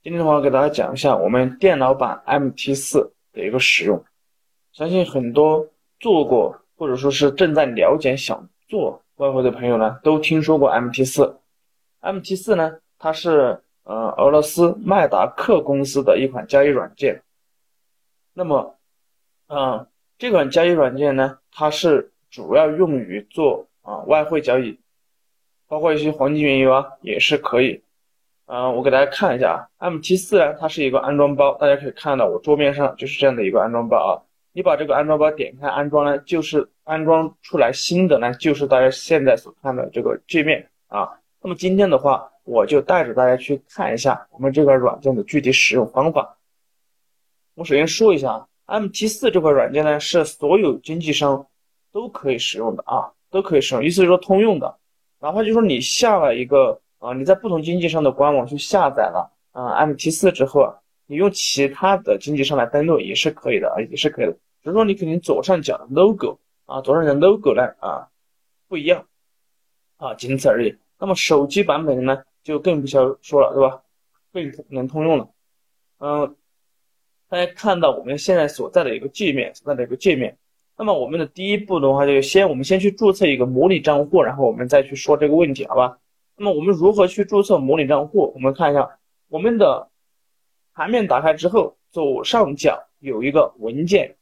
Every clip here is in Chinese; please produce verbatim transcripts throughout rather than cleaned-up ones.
今天的话，给大家讲一下我们电脑版 M T 四 的一个使用。相信很多做过或者说是正在了解想做外汇的朋友呢，都听说过 M T 四。M T 四 呢，它是呃俄罗斯麦达克公司的一款交易软件。那么，嗯，这款交易软件呢，它是主要用于做啊、外汇交易，包括一些黄金、原油啊，也是可以。嗯、呃我给大家看一下啊，M T 四 呢，它是一个安装包，大家可以看到我桌面上就是这样的一个安装包啊。你把这个安装包点开安装呢，就是安装出来新的呢，就是大家现在所看的这个界面啊。那么今天的话，我就带着大家去看一下我们这个软件的具体使用方法。我首先说一下 M T 四 这款软件呢，是所有经纪商都可以使用的啊，都可以使用，意思是说通用的。哪怕就说你下了一个啊、呃，你在不同经纪商的官网去下载了啊、呃、M T 四 之后啊，你用其他的经纪商来登录也是可以的啊，也是可以的。只是说你肯定左上角的 logo 啊，左上角的 logo 呢啊不一样啊，仅此而已。那么手机版本呢，就更不需要说了，对吧？更能通用了。嗯，大家看到我们现在所在的一个界面，所在的一个界面。那么我们的第一步的话，就是先我们先去注册一个模拟账户，然后我们再去说这个问题，好吧？那么我们如何去注册模拟账户？我们看一下我们的盘面打开之后，左上角有一个文件，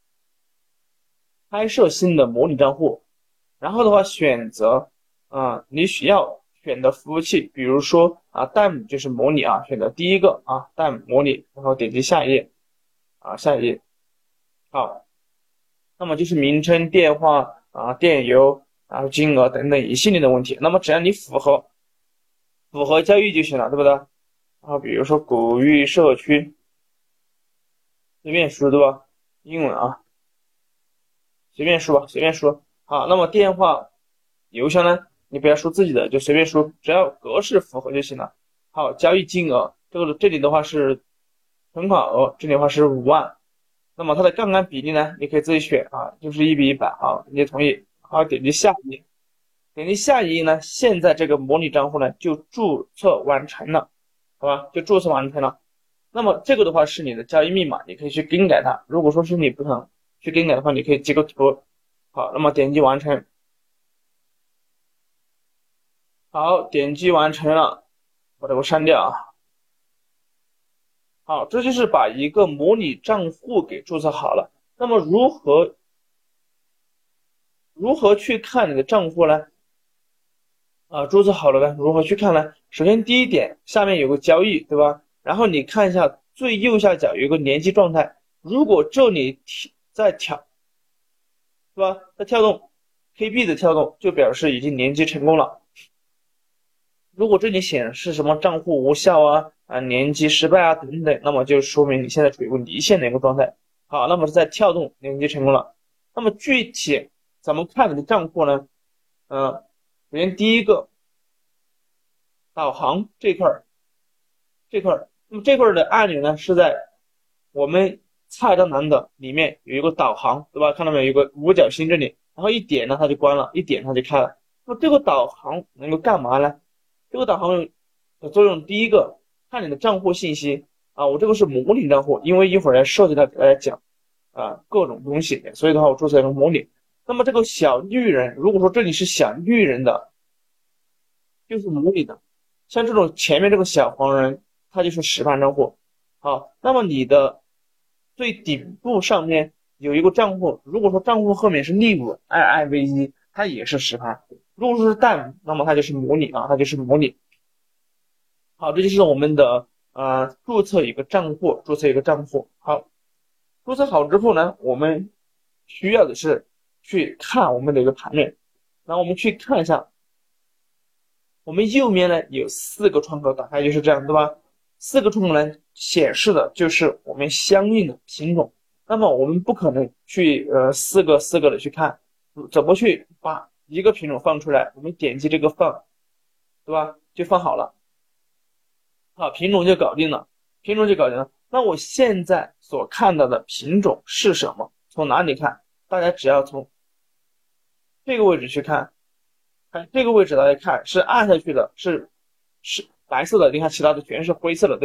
开设新的模拟账户，然后的话选择啊、呃你需要选的服务器，比如说啊 D A M 就是模拟啊，选择第一个啊 D A M 模拟，然后点击下一页啊下一页，好。那么就是名称、电话啊、电邮，然后金额等等一系列的问题。那么只要你符合符合交易就行了，对不对？然后比如说古玉社区，随便输对吧？英文啊，随便输吧，随便输。好，那么电话、邮箱呢，你不要输自己的，就随便输，只要格式符合就行了。好，交易金额，这个这里的话是存款额，这里的话是五万。那么它的杠杆比例呢，你可以自己选啊，就是一比一百。好，点击同意，好，点击下一页，点击下一页呢，现在这个模拟账户呢就注册完成了，好吧，就注册完成了。那么这个的话是你的交易密码，你可以去更改它。如果说是你不想去更改的话，你可以截个图。好，那么点击完成，好，点击完成了，把这个删掉啊。好，这就是把一个模拟账户给注册好了。那么如何如何去看你的账户呢？啊，注册好了呢，如何去看呢？首先第一点，下面有个交易，对吧？然后你看一下最右下角有一个连接状态，如果这里在跳，对吧？在跳动 K B 的跳动，就表示已经连接成功了。如果这里显示什么账户无效啊、啊连接失败啊等等，那么就说明你现在处于一个离线的一个状态。好，那么是在跳动连接成功了。那么具体怎么看你的账户呢？嗯、呃，首先第一个导航这块儿，这块儿，那么这块儿的按钮呢是在我们菜单栏的里面有一个导航，对吧？看到没有？有个五角星这里，然后一点呢它就关了，一点它就开了。那么这个导航能够干嘛呢？这个导航的作用，第一个看你的账户信息啊，我这个是模拟账户，因为一会儿要涉及到给大家讲啊各种东西，所以的话我注册一个模拟。那么这个小绿人，如果说这里是小绿人的，就是模拟的，像这种前面这个小黄人，它就是实盘账户。好，那么你的最顶部上面有一个账户，如果说账户后面是 live I I V E，它也是实盘。如果说是 D A M， 那么它就是模拟啊，它就是模拟。好，这就是我们的呃注册一个账户，注册一个账户。好，注册好之后呢，我们需要的是去看我们的一个盘面，然后我们去看一下，我们右面呢有四个窗口打开，就是这样，对吧？四个窗口呢显示的就是我们相应的品种。那么我们不可能去呃四个四个的去看，怎么去把一个品种放出来？我们点击这个放，对吧？就放好了。好，品种就搞定了，品种就搞定了。那我现在所看到的品种是什么？从哪里看？大家只要从这个位置去看，看这个位置大家看是按下去的，是是白色的，你看其他的全是灰色的，对不对？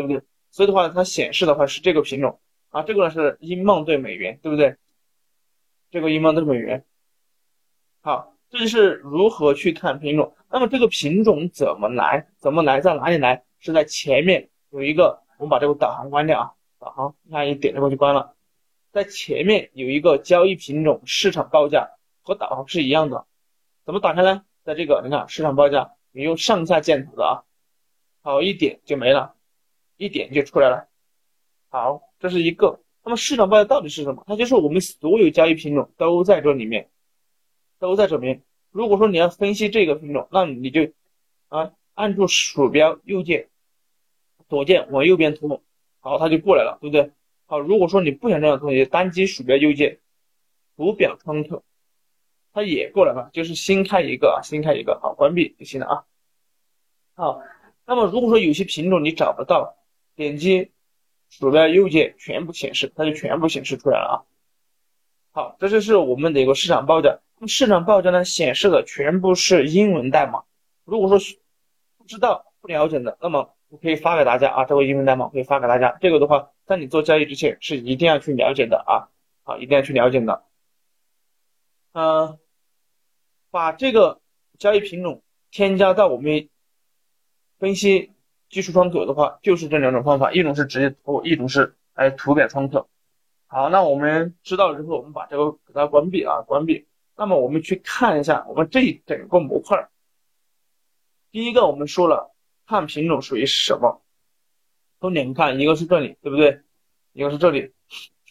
所以的话它显示的话是这个品种啊，这个呢是英镑对美元，对不对？这个英镑对美元。好，这就是如何去看品种。那么这个品种怎么来？怎么来？在哪里来？是在前面有一个，我们把这个导航关掉啊，导航，你看一点就过去关了。在前面有一个交易品种市场报价，和导航是一样的。怎么打开呢？在这个你看市场报价，你用上下箭头的啊，好，一点就没了，一点就出来了。好，这是一个。那么市场报价到底是什么？它就是我们所有交易品种都在这里面。都在这边。如果说你要分析这个品种，那你就啊按住鼠标右键，左键往右边拖，好，它就过来了，对不对？好，如果说你不想这样拖，你就单击鼠标右键，图表窗口，它也过来了，就是新开一个啊，新开一个，好，关闭就行了啊。好，那么如果说有些品种你找不到，点击鼠标右键全部显示，它就全部显示出来了啊。好，这就是我们的一个市场报价。那么市场报价呢，显示的全部是英文代码。如果说不知道、不了解的，那么我可以发给大家啊，这个英文代码可以发给大家。这个的话，在你做交易之前是一定要去了解的啊，啊，一定要去了解的。嗯、呃，把这个交易品种添加到我们分析技术窗口的话，就是这两种方法，一种是直接图，一种是哎图表窗口。好，那我们知道了之后，我们把这个给它关闭啊，关闭。那么我们去看一下我们这一整个模块。第一个我们说了，看品种属于什么？从两个看，一个是这里，对不对？一个是这里。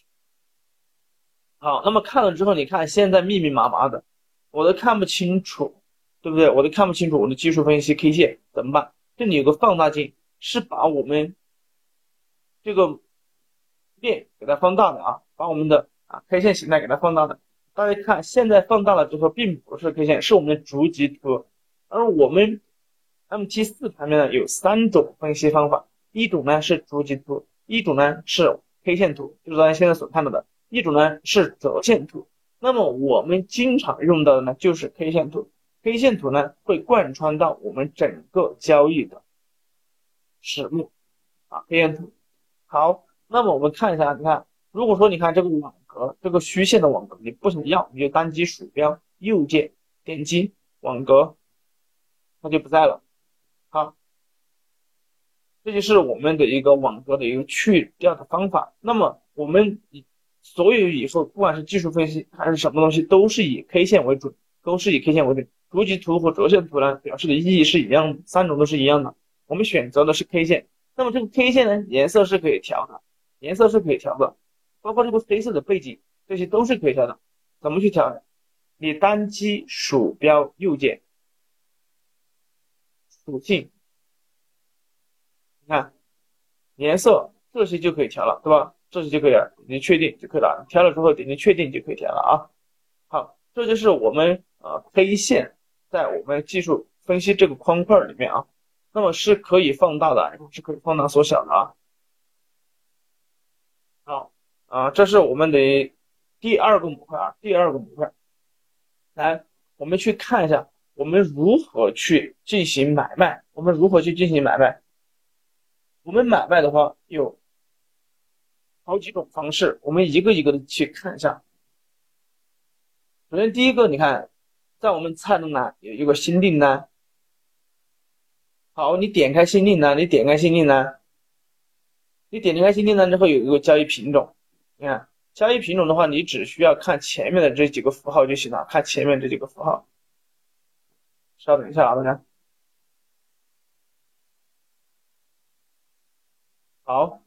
好，那么看了之后，你看现在密密麻麻的，我都看不清楚，对不对？我都看不清楚我的技术分析 K 线怎么办？这里有个放大镜，是把我们这个链给它放大的啊，把我们的啊 K 线形态给它放大的。大家看，现在放大了之后，并不是 K 线，是我们的逐级图。而我们 M T 四 盘面呢有三种分析方法，一种呢是逐级图，一种呢是 K 线图，就是大家现在所看到的，一种呢是折线图。那么我们经常用到的呢就是 K 线图。K 线图呢会贯穿到我们整个交易的始末啊 K 线图。好，那么我们看一下，你看，如果说你看这个网格，这个虚线的网格，你不想要，你就单击鼠标右键点击网格，它就不在了。好，这就是我们的一个网格的一个去掉的方法。那么我们所有以后不管是技术分析还是什么东西，都是以 K 线为准，都是以 K 线为准。逐级图和折线图呢，表示的意义是一样的，三种都是一样的。我们选择的是 K 线。那么这个 K 线呢，颜色是可以调的，颜色是可以调的，包括这个黑色的背景，这些都是可以调的。怎么去调？你单击鼠标右键，属性，你看颜色这些就可以调了，对吧？这些就可以了，你确定就可以了。调了之后点击确定就可以调了啊。好，这就是我们呃 K 线在我们技术分析这个框块里面啊。那么是可以放大的，是可以放大缩小的啊。好啊，这是我们的第二个模块啊，第二个模块。来，我们去看一下，我们如何去进行买卖？我们如何去进行买卖？我们买卖的话有好几种方式，我们一个一个的去看一下。首先第一个，你看，在我们菜单栏有一个新订单。好，你点开新订单，你点开新订单，你点开新订单之后有一个交易品种，你看交易品种的话，你只需要看前面的这几个符号就行了，看前面这几个符号。稍等一下啊，大家。好，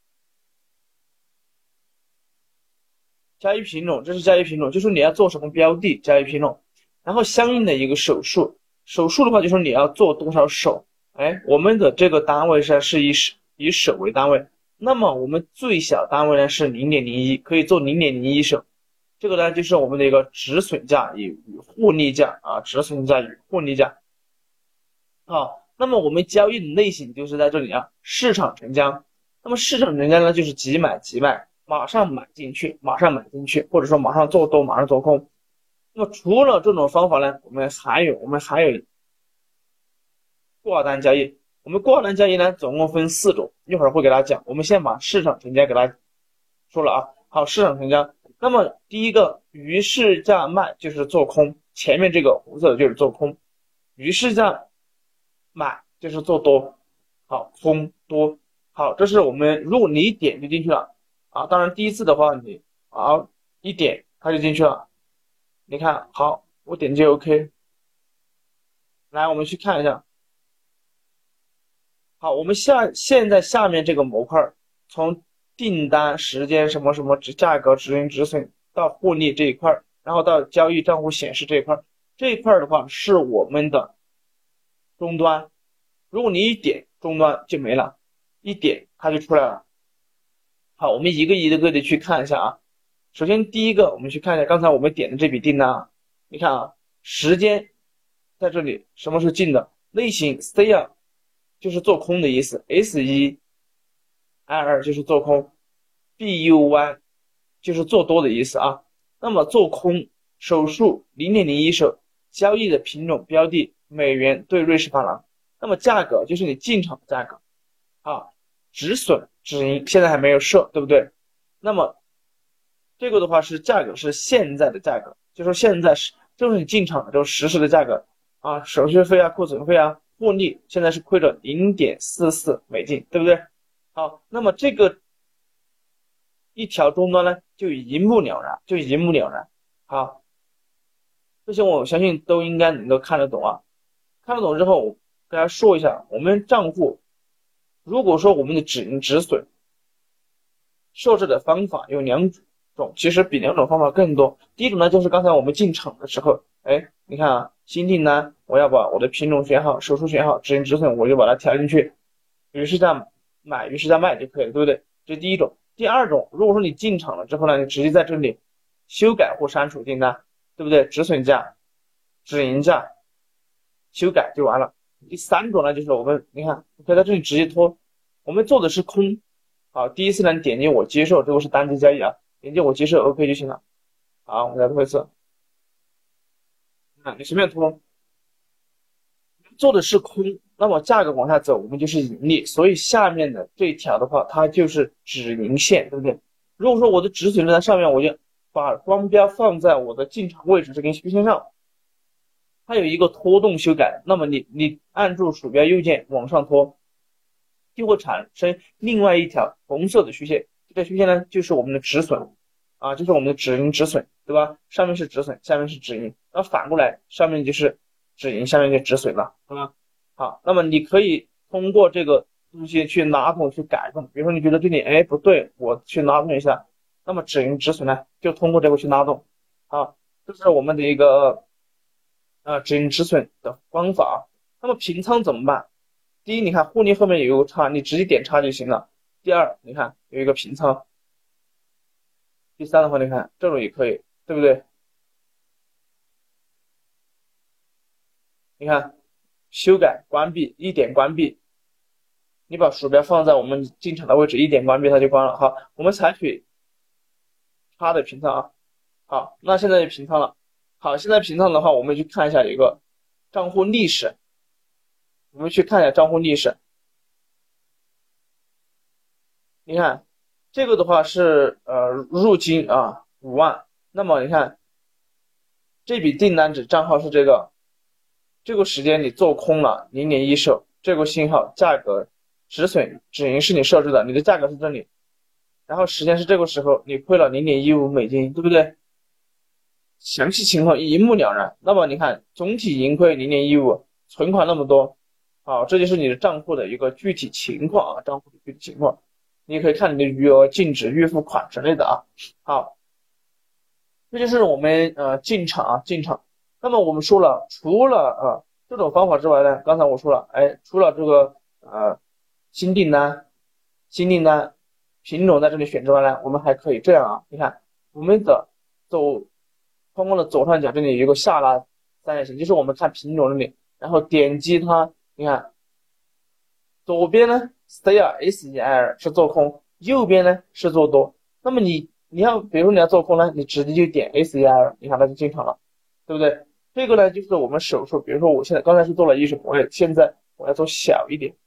交易品种，这是交易品种，就是你要做什么标的，交易品种，然后相应的一个手数，手数的话就是你要做多少手。哎，我们的这个单位是是以手以手为单位，那么我们最小单位呢是 零点零一， 可以做 零点零一 手。这个呢就是我们的一个止损价与与获利价啊，止损价与获利价。好，那么我们交易的类型就是在这里啊，市场成交。那么市场成交呢就是即买即卖，马上买进去，马上买进去，或者说马上做多，马上做空。那么除了这种方法呢，我们还有我们还有挂单交易。 我们挂单交易呢，总共分四种，一会儿会给大家讲。我们先把市场成交给大家说了啊。好，市场成交，那么第一个于市价卖就是做空，前面这个红色的就是做空，于市价买就是做多。好，空多。好，这是我们如果你一点就进去了啊，当然第一次的话你啊一点它就进去了。你看，好，我点击 OK。来，我们去看一下。好，我们下现在下面这个模块，从订单、时间什么什么值、价格、止盈、止损到获利这一块，然后到交易账户显示这一块，这一块的话是我们的终端。如果你一点终端就没了，一点它就出来了。好，我们一个一个的去看一下啊。首先第一个，我们去看一下刚才我们点的这笔订单啊，你看啊，时间在这里，什么是进的？类型 C 啊，就是做空的意思 ，S 一 I 二就是做空 ，B U Y 就是做多的意思啊。那么做空手数 零点零一 手，交易的品种标的美元对瑞士法郎，那么价格就是你进场的价格啊。止损止盈现在还没有设，对不对？那么这个的话是价格是现在的价格，就说现在是就是你进场的时候实时的价格啊，手续费啊、库存费啊、获利现在是亏了 零点四四 美金，对不对？好，那么这个一条终端呢就一目了然，就一目了然。好，这些我相信都应该能够看得懂啊。看得懂之后，我跟大家说一下，我们账户如果说我们的止盈止损设置的方法有两种，其实比两种方法更多。第一种呢，就是刚才我们进场的时候，哎，你看啊，新订单我要把我的品种选好，手数选好，止盈止损我就把它调进去，于是价买，于是价卖就可以了，对不对？这是第一种。第二种，如果说你进场了之后呢，你直接在这里修改或删除订单，对不对？止损价、止盈价修改就完了。第三种呢，就是我们你看可以在这里直接拖，我们做的是空。好，第一次呢，你点击我接受，这个是单击交易啊，点击我接受 OK 就行了。好，我们再拖一次，啊，你随便拖，做的是空，那么价格往下走，我们就是盈利，所以下面的这一条的话，它就是止盈线，对不对？如果说我的止损在上面，我就把光标放在我的进场位置这根虚线上，它有一个拖动修改，那么你你按住鼠标右键往上拖，就会产生另外一条红色的虚线，这条虚线呢就是我们的止损啊，就是我们的止盈止损，对吧？上面是止损，下面是止盈，那反过来上面就是止盈，下面就止损了，对吧？好，那么你可以通过这个东西去拉动去改动，比如说你觉得这里哎不对，我去拉动一下，那么止盈止损呢就通过这个去拉动。好，这是我们的一个呃止盈止损的方法。那么平仓怎么办？第一，你看获利后面有一个叉，你直接点叉就行了。第二，你看有一个平仓。第三的话，你看这种也可以，对不对？你看修改关闭，一点关闭，你把鼠标放在我们进场的位置，一点关闭它就关了。好，我们采取叉的平仓啊。好，那现在就平仓了。好，现在平仓的话，我们去看一下有一个账户历史，我们去看一下账户历史。你看这个的话是呃入金啊五万，那么你看这笔订单值账号是这个，这个时间你做空了 零点一 手，这个信号价格止损止盈是你设置的，你的价格是这里，然后时间是这个时候，你亏了 零点一五 美金，对不对？详细情况一目了然。那么你看总体盈亏 零点一五， 存款那么多，好，这就是你的账户的一个具体情况啊，账户的具体情况。你也可以看你的余额、净值、预付款之类的啊。好，这就是我们呃进场啊进场。那么我们说了，除了啊这种方法之外呢，刚才我说了，哎，除了这个呃新订单、新订单品种在这里选之外呢，我们还可以这样啊，你看我们的走框框的左上角这里有一个下拉三角形，就是我们看品种这里，然后点击它，你看左边呢 C 二 S 一 L 是做空，右边呢是做多。那么你你要比如说你要做空呢，你直接就点 S 一 L， 你看它就进场了，对不对？这个呢就是我们手术，比如说我现在刚才是做了一手，我也现在我要做小一点，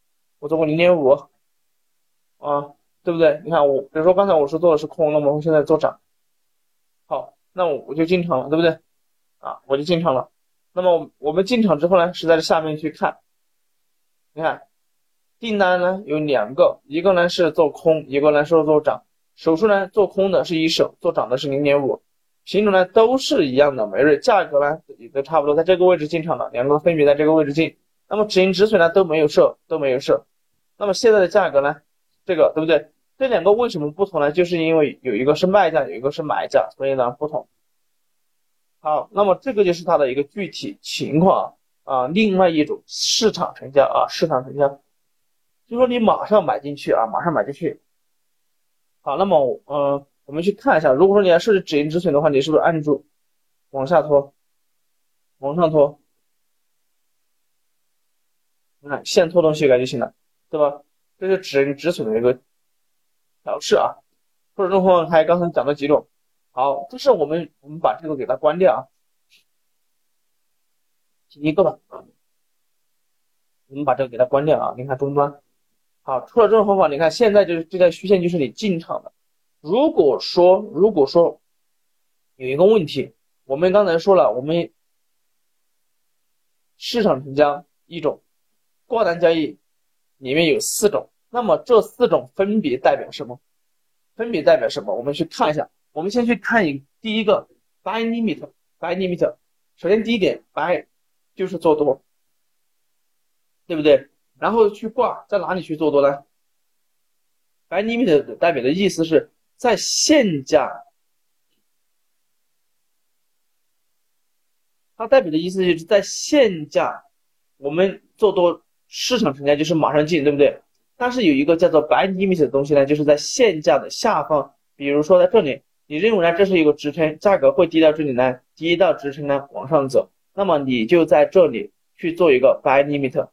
我做空零点五啊，对不对？你看我，比如说刚才我是做的是空，那么我现在做涨，好，那我我就进场了，对不对？啊，我就进场了。那么我们进场之后呢，是在这下面去看，你看订单呢有两个，一个呢是做空，一个呢是做涨。手数呢做空的是一手，做涨的是零点五，品种呢都是一样的，美瑞价格呢也都差不多，在这个位置进场的，两个分别在这个位置进。那么止盈止损呢都没有设，都没有设。那么现在的价格呢，这个对不对？这两个为什么不同呢？就是因为有一个是卖价，有一个是买价，所以呢不同。好，那么这个就是它的一个具体情况啊。另外一种市场成交啊，市场成交，就说你马上买进去啊，马上买进去。好，那么呃，我们去看一下，如果说你要设置止盈止损的话，你是不是按住往下拖，往上拖，你看线拖动膝盖就行了，对吧？这是止盈止损的一个调试啊。或者这种方法还有刚才讲的几种。好，这是我们我们把这个给它关掉啊，一个吧，我们把这个给它关掉啊。你看终端，好，除了这种方法，你看现在就是这条虚线就是你进场的。如果说如果说有一个问题，我们刚才说了，我们市场成交一种，挂单交易里面有四种，那么这四种分别代表什么？分别代表什么？我们去看一下。我们先去看一第一个 buy limit buy limit。首先第一点 buy 就是做多，对不对？然后去挂在哪里去做多呢？ buy limit 代表的意思是在现价，它代表的意思就是在现价我们做多，市场成交就是马上进，对不对？但是有一个叫做 buy limit 的东西呢，就是在现价的下方，比如说在这里，你认为呢这是一个支撑，价格会低到这里呢，低到支撑呢往上走，那么你就在这里去做一个 buy limit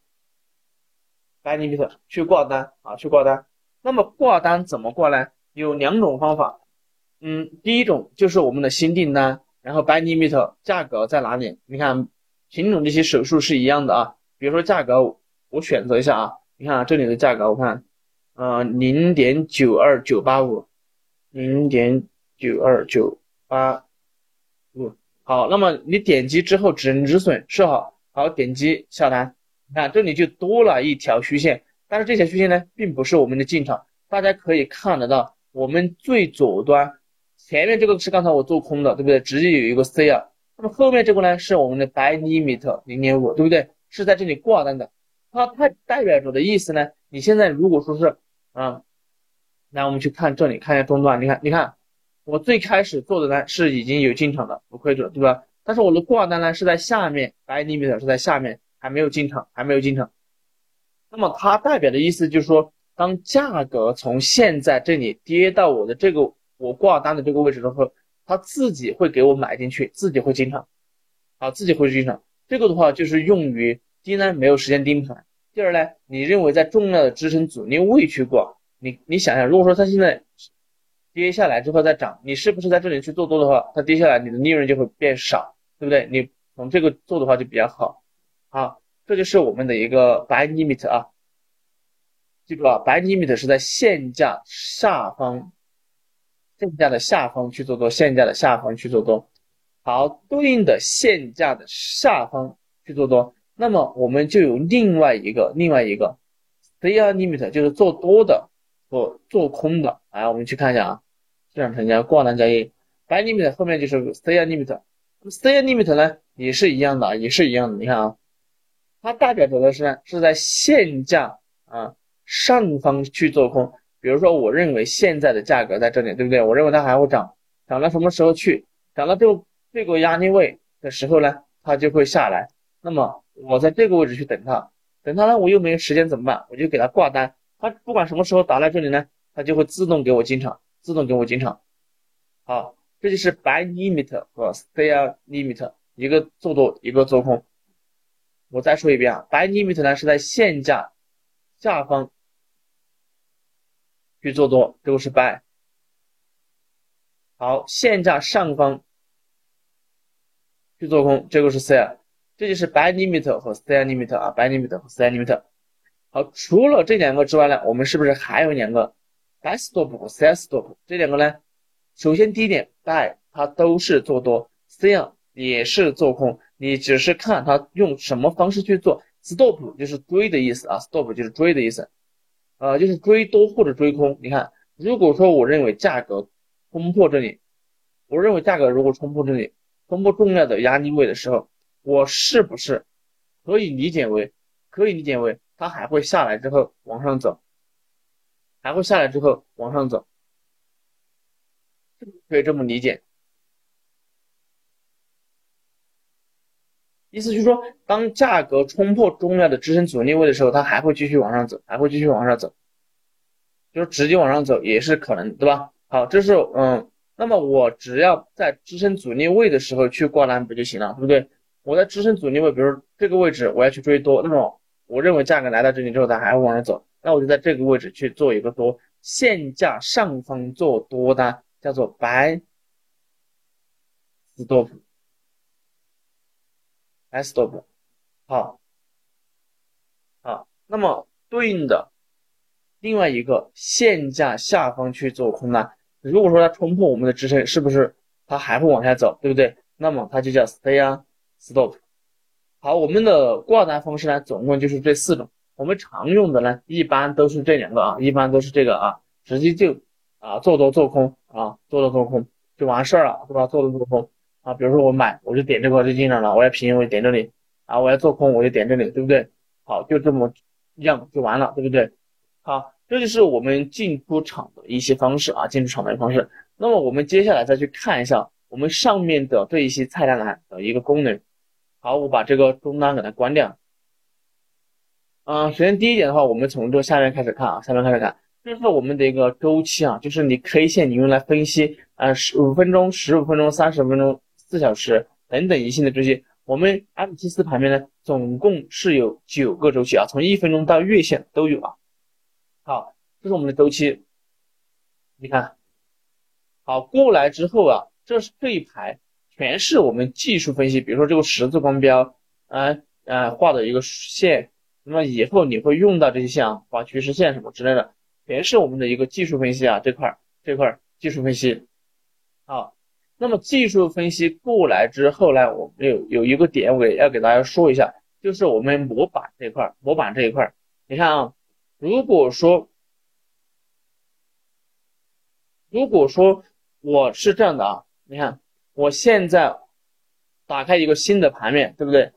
buy limit 去挂单啊，去挂单。那么挂单怎么挂呢？有两种方法。嗯，第一种就是我们的新订单，然后 buy limit 价格在哪里？你看品种这些手数是一样的啊。比如说价格，我选择一下啊，你看、啊、这里的价格，我看，呃，零点九二九八五，零点九二九八五。好，那么你点击之后止盈止损设好，好点击下单，你看这里就多了一条虚线，但是这条虚线呢，并不是我们的进场，大家可以看得到，我们最左端。前面这个是刚才我做空的，对不对？直接有一个 C 啊，那么后面这个呢是我们的 buy limit 零点五，对不对？是在这里挂单的，它它代表着的意思呢，你现在如果说是，啊，那我们去看这里，看一下中段，你看，你看，我最开始做的呢是已经有进场的，不亏损，对吧？但是我的挂单呢是在下面 buy limit 是在下面，还没有进场，还没有进场。那么它代表的意思就是说，当价格从现在这里跌到我的这个我挂单的这个位置之后，它自己会给我买进去，自己会进场，啊，自己会进场。这个的话就是用于第一呢没有时间盯盘，第二呢你认为在重要的支撑阻力位去挂，你你想想，如果说它现在跌下来之后再涨，你是不是在这里去做多的话，它跌下来你的利润就会变少，对不对？你从这个做的话就比较好。好，这就是我们的一个 buy limit 啊。记住啊 ，buy limit 是在现价下方，现价的下方去做多，现价的下方去做多。好，对应的现价的下方去做多，那么我们就有另外一个另外一个 C R limit， 就是做多的和做空的。来，我们去看一下啊，市场成交挂单交易 ，buy limit 后面就是 C R limit， 那么 C R limit 呢也是一样的，也是一样的。你看啊，它代表着的是是在现价啊上方去做空。比如说，我认为现在的价格在这里，对不对？我认为它还会涨，涨到什么时候去？涨到这个这个压力位的时候呢，它就会下来。那么我在这个位置去等它，等它呢，我又没有时间怎么办？我就给它挂单，它不管什么时候打在这里呢，它就会自动给我进场，自动给我进场。好，这就是 buy limit 和 sell limit， 一个做多，一个做空。我再说一遍啊 ，buy limit 呢是在现价下方去做多，这个是 buy。好，现价上方去做空，这个是 sell。这就是 buy limit 和 sell limit 啊 ，buy limit 和 sell limit。 好，除了这两个之外呢，我们是不是还有两个 buy stop 和 sell stop 这两个呢？首先第一点 buy 它都是做多 ，sell 也是做空，你只是看它用什么方式去做。stop 就是追的意思啊 ，stop 就是追的意思，呃，就是追多或者追空。你看，如果说我认为价格冲破这里，我认为价格如果冲破这里，冲破重要的压力位的时候，我是不是可以理解为，可以理解为它还会下来之后往上走，还会下来之后往上走，可以这么理解。意思就是说，当价格冲破重要的支撑阻力位的时候，它还会继续往上走，还会继续往上走，就是直接往上走也是可能，对吧？好，这是嗯，那么我只要在支撑阻力位的时候去挂单不就行了，对不对？我在支撑阻力位，比如这个位置我要去追多，那么我认为价格来到这里之后它还会往上走，那我就在这个位置去做一个多，现价上方做多单，叫做 buy stop，buy stop。好，好，那么对应的另外一个现价下方去做空单，如果说它冲破我们的支撑，是不是它还会往下走，对不对？那么它就叫 stay 啊 stop。好，我们的挂单方式呢，总共就是这四种。我们常用的呢，一般都是这两个啊，一般都是这个啊，直接就啊做多做空啊，做多做空就完事儿了，是吧？做多做空啊，比如说我买，我就点这个就进来了，我要平我就点这里啊，我要做空我就点这里，对不对？好，就这么样就完了，对不对？好，这就是我们进出场的一些方式啊，进出场的方式。那么我们接下来再去看一下我们上面的这一些菜单栏的一个功能。好，我把这个中单给它关掉。嗯、呃，首先第一点的话，我们从这下面开始看啊，下面开始看，这是我们的一个周期啊，就是你 K 线你用来分析，呃，十五分钟、十五分钟、三十分钟、四小时等等一系列周期。我们 M T 四盘面呢，总共是有九个周期啊，从一分钟到月线都有啊。好，这是我们的周期，你看，好，过来之后啊，这是这一排全是我们技术分析，比如说这个十字光标，呃呃画的一个线，那么以后你会用到这些线啊，画趋势线什么之类的，全是我们的一个技术分析啊，这块这块技术分析。好，那么技术分析过来之后呢，我们有有一个点我要给大家说一下，就是我们模板这块，模板这一块，你看啊，如果说如果说我是这样的啊，你看我现在打开一个新的盘面，对不对？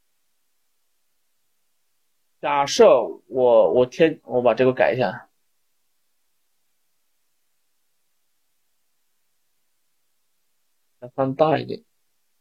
假设我我添我把这个改一下，再放大一点。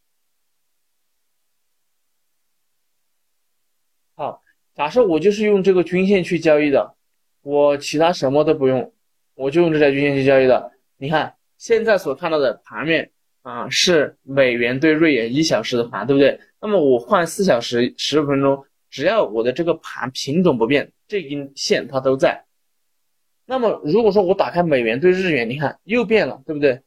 好，假设我就是用这个均线去交易的，我其他什么都不用，我就用这条均线去交易的。你看现在所看到的盘面啊，是美元对瑞元一小时的盘，对不对？那么我换四小时、十五分钟，只要我的这个盘品种不变，这根线它都在。那么如果说我打开美元对日元，你看又变了，对不对？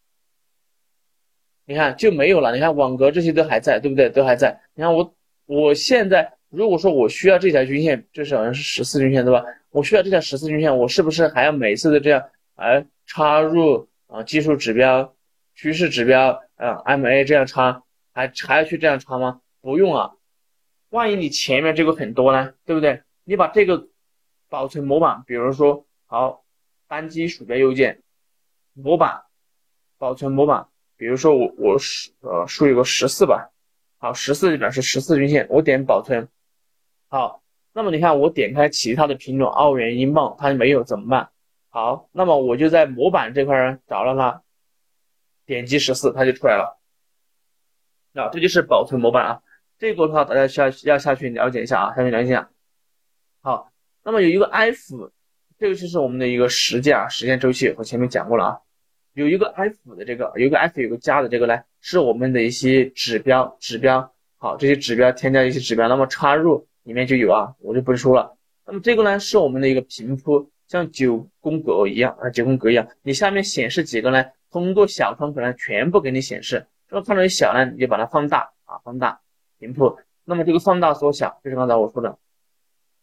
你看就没有了，你看网格这些都还在，对不对？都还在。你看我我现在如果说我需要这条均线，这是好像是十四均线对吧？我需要这条十四均线，我是不是还要每次的这样哎插入啊、呃、技术指标、趋势指标啊、呃、M A 这样插，还还要去这样插吗？不用啊。万一你前面这个很多呢，对不对？你把这个保存模板，比如说好单击鼠标右键模板保存模板。比如说我我是呃输一个十四吧，好，十四就表示十四均线，我点保存，好，那么你看我点开其他的品种，澳元、英镑，它没有怎么办？好，那么我就在模板这块找到它，点击十四，它就出来了，啊，这就是保存模板啊，这个的话大家需要要下去了解一下啊，下去了解一下。好，那么有一个 F， 这个就是我们的一个时间啊，时间周期，我前面讲过了啊。有一个 F 的这个，有一个 F 有个加的这个呢，是我们的一些指标，指标，好，这些指标添加一些指标，那么插入里面就有啊，我就不说了。那么这个呢，是我们的一个频谱，像九宫格一样啊，九宫格一样，你下面显示几个呢？通过小窗口呢，全部给你显示。这个看着小呢，你就把它放大啊，放大频谱。那么这个放大缩小，就是刚才我说的。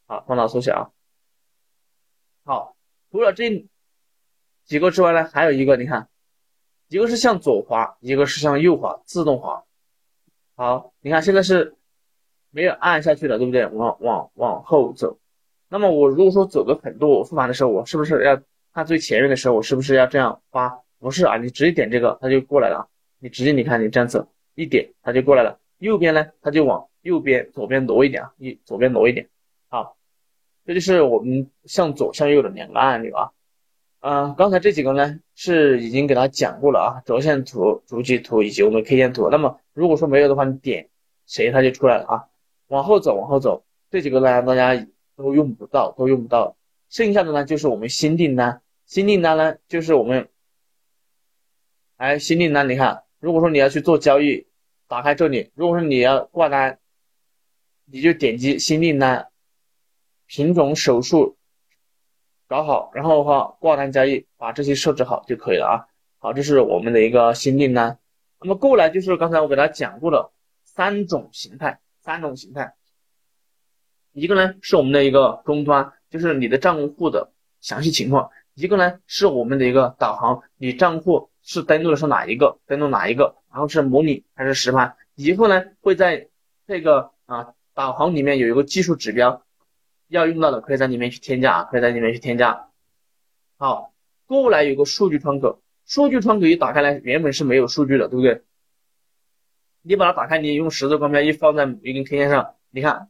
好，放大缩小。好，除了这几个之外呢，还有一个，你看，一个是向左滑，一个是向右滑，自动滑。好，你看现在是没有按下去的，对不对？往往往后走。那么我如果说走个很多我复盘的时候，我是不是要看最前面的时候，我是不是要这样滑？不是啊，你直接点这个，它就过来了。你直接你看你这样走，一点它就过来了。右边呢，它就往右边、左边挪一点啊，一左边挪一点。好，这就是我们向左向右的两个按钮啊。嗯、呃，刚才这几个呢是已经给大家讲过了啊，轴线图、主体图以及我们 K 线图。那么如果说没有的话，你点谁它就出来了啊。往后走，往后走，这几个呢大家都用不到，都用不到。剩下的呢就是我们新订单，新订单呢就是我们，哎，新订单，你看，如果说你要去做交易，打开这里，如果说你要挂单，你就点击新订单，品种手术搞好，然后的话挂单交易，把这些设置好就可以了啊。好，这是我们的一个新订单。那么过来就是刚才我给大家讲过的三种形态，三种形态。一个呢是我们的一个终端，就是你的账户的详细情况；一个呢是我们的一个导航，你账户是登录的是哪一个，登录哪一个，然后是模拟还是实盘。以后呢会在这个啊导航里面有一个技术指标，要用到的可以在里面去添加啊，可以在里面去添加。好，过来有个数据窗口，数据窗口一打开来，原本是没有数据的，对不对？你把它打开，你用十字光标一放在一根 K 线上，你看。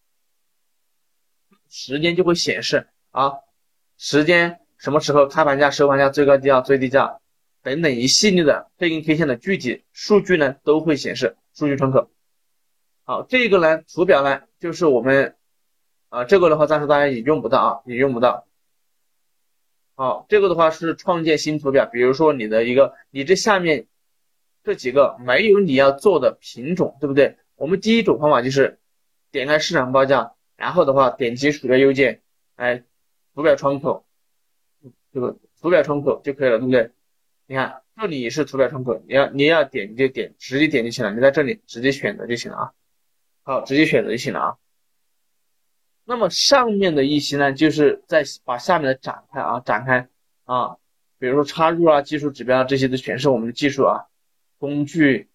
时间就会显示啊，时间什么时候开盘价、收盘价、最高低价、最低价等等一系列的这根 K 线的具体数据呢都会显示数据窗口。好，这个呢图表呢就是我们啊这个的话暂时大家也用不到啊，也用不到。好，这个的话是创建新图表，比如说你的一个你这下面这几个没有你要做的品种，对不对？我们第一种方法就是点开市场报价。然后的话，点击鼠标右键，哎，图表窗口，这个图表窗口就可以了，对不对？你看这里是图表窗口，你要你要点你就点，直接点就行了，你在这里直接选择就行了啊。好，直接选择就行了啊。那么上面的一些呢，就是在把下面的展开啊，展开啊，比如说插入啊、技术指标啊，这些都全是我们的技术啊，工具，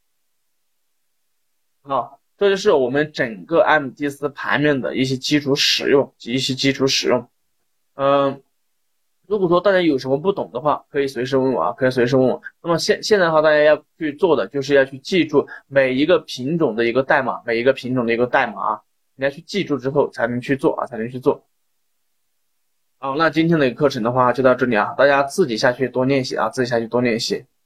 好。这就是我们整个 M D C 盘面的一些基础使用及一些基础使用。嗯，如果说大家有什么不懂的话，可以随时问我啊，可以随时问我。那么现现在的话，大家要去做的就是要去记住每一个品种的一个代码，每一个品种的一个代码啊，你要去记住之后才能去做啊，才能去做。好，那今天的课程的话就到这里啊，大家自己下去多练习啊，自己下去多练习。